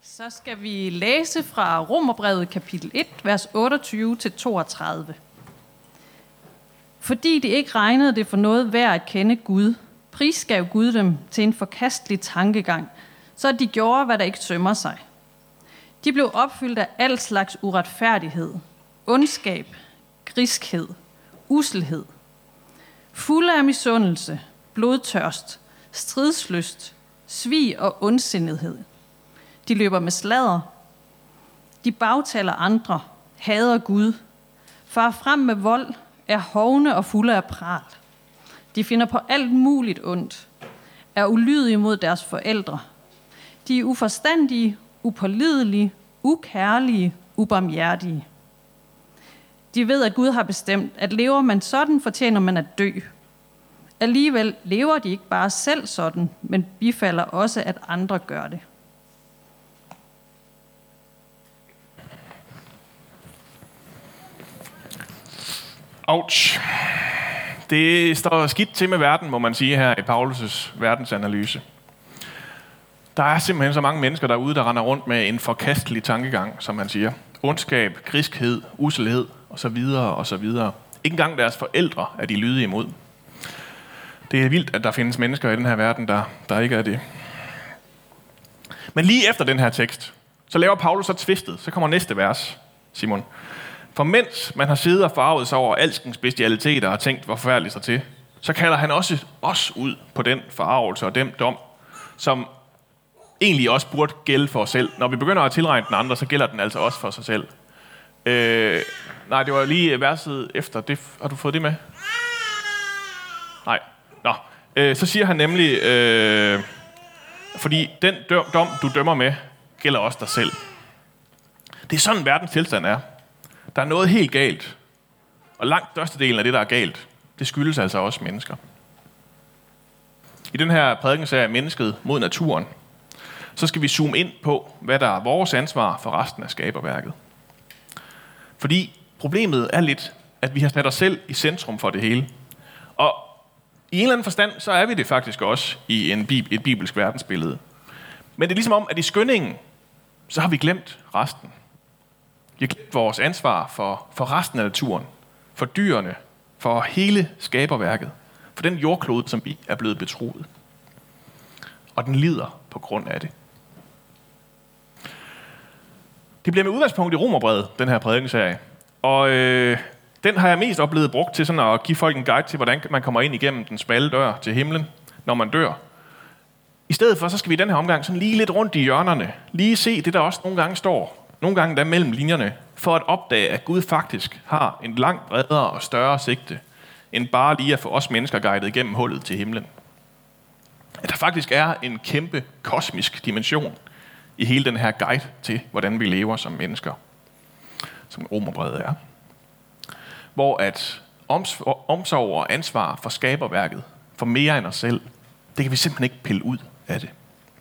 Så skal vi læse fra Romerbrevet kapitel 1, vers 28-32. Fordi de ikke regnede det for noget værd at kende Gud, prisgav Gud dem til en forkastelig tankegang, så de gjorde, hvad der ikke sømmer sig. De blev opfyldt af al slags uretfærdighed, ondskab, griskhed, uselhed, fulde af misundelse, blodtørst, stridslyst, svig og ondsindighed. De løber med sladder. De bagtaler andre, hader Gud, farer frem med vold, er hovne og fulde af pral. De finder på alt muligt ondt, er ulydige mod deres forældre. De er uforstandige, upålidelige, ukærlige, ubarmhjertige. De ved, at Gud har bestemt, at lever man sådan, fortjener man at dø. Alligevel lever de ikke bare selv sådan, men bifalder også, at andre gør det. Ouch. Det står skidt til med verden, må man sige her i Paulus' verdensanalyse. Der er simpelthen så mange mennesker derude, der render rundt med en forkastelig tankegang, som man siger. Ondskab, griskhed, uselhed osv. osv. Ikke engang deres forældre er de lydige imod. Det er vildt, at der findes mennesker i den her verden, der ikke er det. Men lige efter den her tekst, så laver Paulus så twistet. Så kommer næste vers, Simon. For mens man har siddet og farvet sig over alskens bestialiteter og tænkt, hvor forfærdeligt sig til, så kalder han også os ud på den forarvelse og den dom, som egentlig også burde gælde for os selv. Når vi begynder at tilregne den andre, så gælder den altså også for sig selv. Nej, det var lige verset efter. Det, har du fået det med? Nej. Nå. Så siger han nemlig, fordi den dom, du dømmer med, gælder også dig selv. Det er sådan, verdens tilstand er. Der er noget helt galt. Og langt størstedelen af det, der er galt, det skyldes altså også mennesker. I den her prædikenserie Mennesket mod naturen, så skal vi zoome ind på, hvad der er vores ansvar for resten af skaberværket. Fordi problemet er lidt, at vi har sat os selv i centrum for det hele. Og i en eller anden forstand, så er vi det faktisk også i et bibelsk verdensbillede. Men det er ligesom om, at i skyndingen, så har vi glemt resten. Vi har glemt vores ansvar for resten af naturen, for dyrene, for hele skaberværket, for den jordklode, som vi er blevet betroet. Og den lider på grund af det. Det bliver med udgangspunkt i Romerbrevet, den her prædikenserie. Og den har jeg mest oplevet brugt til sådan at give folk en guide til, hvordan man kommer ind igennem den smalle dør til himlen, når man dør. I stedet for, så skal vi i den her omgang sådan lige lidt rundt i hjørnerne. Lige se det, der også nogle gange står. Nogle gange der mellem linjerne, for at opdage, at Gud faktisk har en langt bredere og større sigte, end bare lige at få os mennesker guidet igennem hullet til himlen. At der faktisk er en kæmpe kosmisk dimension i hele den her guide til, hvordan vi lever som mennesker, som Romerbrevet er. Hvor at omsorg og ansvar for skaberværket, for mere end os selv, det kan vi simpelthen ikke pille ud af det.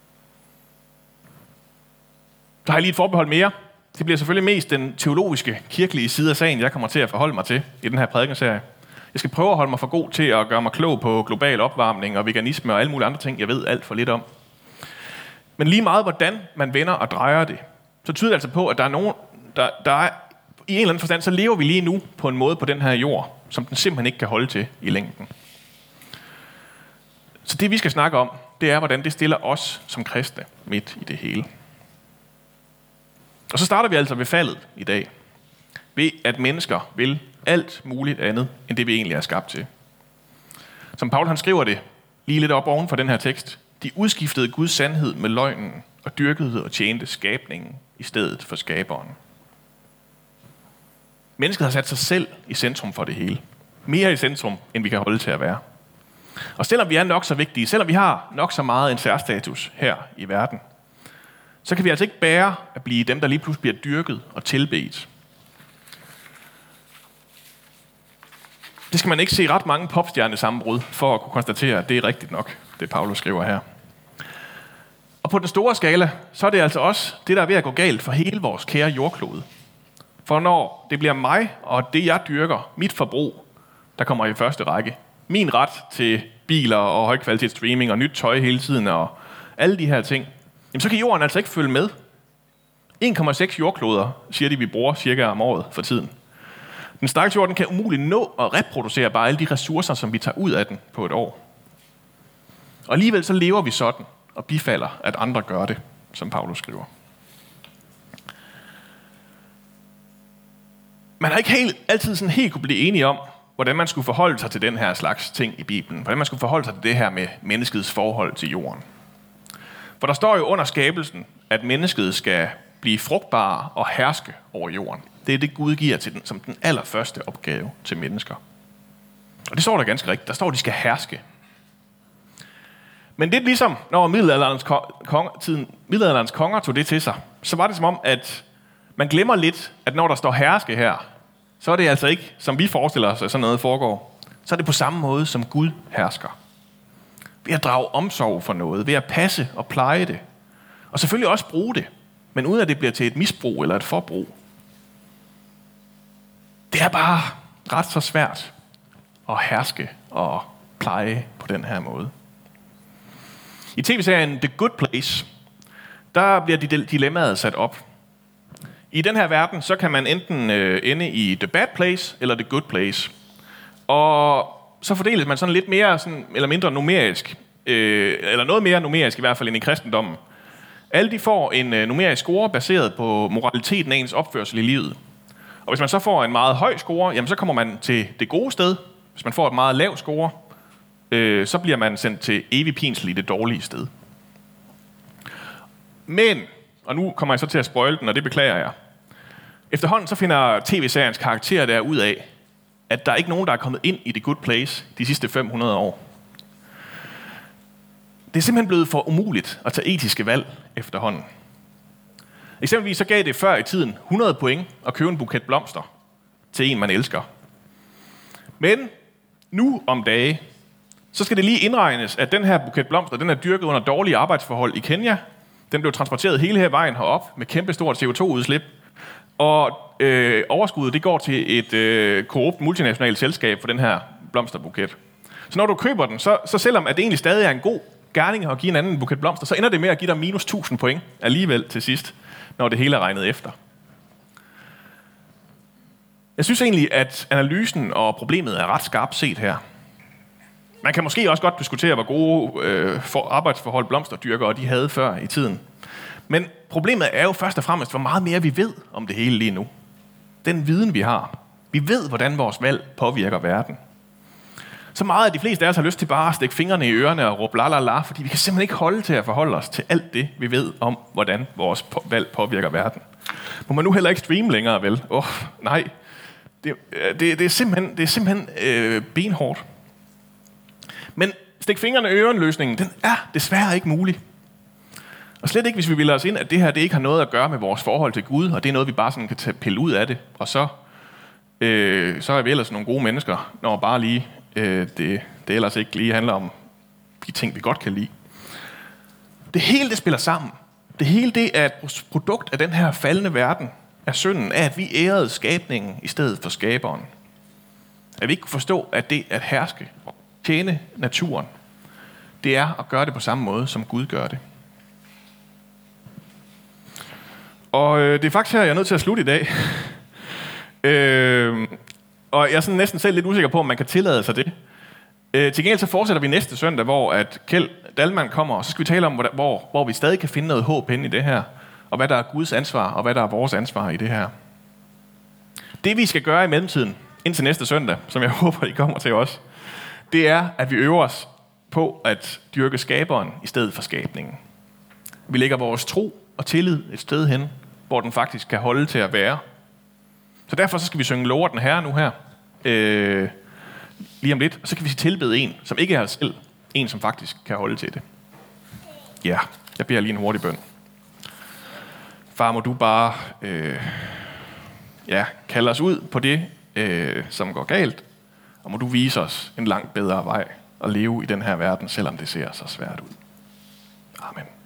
Så har jeg lige et forbehold mere. Det bliver selvfølgelig mest den teologiske, kirkelige side af sagen, jeg kommer til at forholde mig til i den her prædikenserie. Jeg skal prøve at holde mig for god til at gøre mig klog på global opvarmning og veganisme og alle mulige andre ting, jeg ved alt for lidt om. Men lige meget, hvordan man vender og drejer det, så tyder det altså på, at der er nogen, der er, i en eller anden forstand, så lever vi lige nu på en måde på den her jord, som den simpelthen ikke kan holde til i længden. Så det, vi skal snakke om, det er, hvordan det stiller os som kristne midt i det hele. Og så starter vi altså ved faldet i dag. Ved at mennesker vil alt muligt andet, end det vi egentlig er skabt til. Som Paul han skriver det, lige lidt op oven for den her tekst. De udskiftede Guds sandhed med løgnen, og dyrkede og tjente skabningen i stedet for skaberen. Mennesket har sat sig selv i centrum for det hele. Mere i centrum, end vi kan holde til at være. Og selvom vi er nok så vigtige, selvom vi har nok så meget en særstatus her i verden, så kan vi altså ikke bære at blive dem, der lige pludselig bliver dyrket og tilbedt. Det skal man ikke se ret mange popstjernesammenbrud for at kunne konstatere, at det er rigtigt nok, det Paulus skriver her. Og på den store skala, så er det altså også det, der er ved at gå galt for hele vores kære jordklode. For når det bliver mig og det, jeg dyrker, mit forbrug, der kommer i første række. Min ret til biler og højkvalitets streaming og nyt tøj hele tiden og alle de her ting, jamen så kan jorden altså ikke følge med. 1,6 jordkloder, siger de, vi bruger cirka om året for tiden. Den stakkels jord, den kan umuligt nå at reproducere bare alle de ressourcer, som vi tager ud af den på et år. Og alligevel så lever vi sådan, og bifalder, at andre gør det, som Paulus skriver. Man har ikke altid sådan helt kunne blive enige om, hvordan man skulle forholde sig til den her slags ting i Bibelen. Hvordan man skulle forholde sig til det her med menneskets forhold til jorden. For der står jo under skabelsen, at mennesket skal blive frugtbare og herske over jorden. Det er det, Gud giver til den, som den allerførste opgave til mennesker. Og det står der ganske rigtigt. Der står, at de skal herske. Men det er ligesom, når middelalderens konger tog det til sig, så var det som om, at man glemmer lidt, at når der står herske her, så er det altså ikke, som vi forestiller os, at sådan noget foregår. Så er det på samme måde, som Gud hersker. Ved at drage omsorg for noget, ved at passe og pleje det. Og selvfølgelig også bruge det, men uden at det bliver til et misbrug eller et forbrug. Det er bare ret så svært at herske og pleje på den her måde. I tv-serien The Good Place, der bliver dilemmaet sat op. I den her verden, så kan man enten ende i The Bad Place eller The Good Place. Og så fordeles man sådan lidt mere sådan, eller mindre numerisk, eller noget mere numerisk i hvert fald end i kristendommen. Alle de får en numerisk score baseret på moraliteten af ens opførsel i livet. Og hvis man så får en meget høj score, jamen så kommer man til det gode sted. Hvis man får et meget lav score, så bliver man sendt til evig pinsel i det dårlige sted. Men, og nu kommer jeg så til at spoile den, og det beklager jeg. Efterhånden så finder tv-seriens karakterer der ud af, at der er ikke nogen, der er kommet ind i The Good Place de sidste 500 år. Det er simpelthen blevet for umuligt at tage etiske valg efterhånden. Eksempelvis så gav det før i tiden 100 point at købe en buket blomster til en, man elsker. Men nu om dage, så skal det lige indregnes, at den her buket blomster, den er dyrket under dårlige arbejdsforhold i Kenya. Den blev transporteret hele her vejen herop med kæmpestort CO2-udslip. Og overskuddet det går til et korrupt multinationalt selskab for den her blomsterbuket. Så når du køber den, så selvom at det egentlig stadig er en god gerning at give en anden buket blomster, så ender det med at give dig minus 1000 point alligevel til sidst, når det hele er regnet efter. Jeg synes egentlig, at analysen og problemet er ret skarpt set her. Man kan måske også godt diskutere, hvor gode arbejdsforhold blomsterdyrkere de havde før i tiden. Men problemet er jo først og fremmest, hvor meget mere vi ved om det hele lige nu. Den viden, vi har. Vi ved, hvordan vores valg påvirker verden. Så meget, at de fleste af os har lyst til bare at stikke fingrene i ørerne og råbe la la la, fordi vi kan simpelthen ikke holde til at forholde os til alt det, vi ved om, hvordan vores valg påvirker verden. Må man nu heller ikke streame længere, vel? Nej. Det er simpelthen benhårdt. Men stik fingrene i ørerne-løsningen, den er desværre ikke mulig. Og slet ikke, hvis vi vil os ind, at det her det ikke har noget at gøre med vores forhold til Gud, og det er noget, vi bare sådan kan pille ud af det. Og så er vi ellers nogle gode mennesker, når bare lige det ellers ikke lige handler om de ting, vi godt kan lide. Det hele, det spiller sammen. Det hele, det er et produkt af den her faldende verden, af synden, af at vi ærede skabningen i stedet for skaberen. At vi ikke kunne forstå, at det at herske og tjene naturen, det er at gøre det på samme måde, som Gud gør det. Og det er faktisk her, jeg er nødt til at slutte i dag. Og jeg er sådan næsten selv lidt usikker på, om man kan tillade sig det. Til gengæld så fortsætter vi næste søndag, hvor at Kjeld Dalman kommer, og så skal vi tale om, hvor vi stadig kan finde noget håb inde i det her, og hvad der er Guds ansvar, og hvad der er vores ansvar i det her. Det vi skal gøre i mellemtiden, indtil næste søndag, som jeg håber, I kommer til os, det er, at vi øver os på at dyrke skaberen i stedet for skabningen. Vi lægger vores tro og tillid et sted hen, hvor den faktisk kan holde til at være. Så derfor så skal vi synge Lover den Herre nu her, lige om lidt, og så kan vi tilbede en, som ikke er os selv, en som faktisk kan holde til det. Ja, jeg beder lige en hurtig bøn. Far, må du bare kalde os ud på det, som går galt, og må du vise os en langt bedre vej at leve i den her verden, selvom det ser så svært ud. Amen.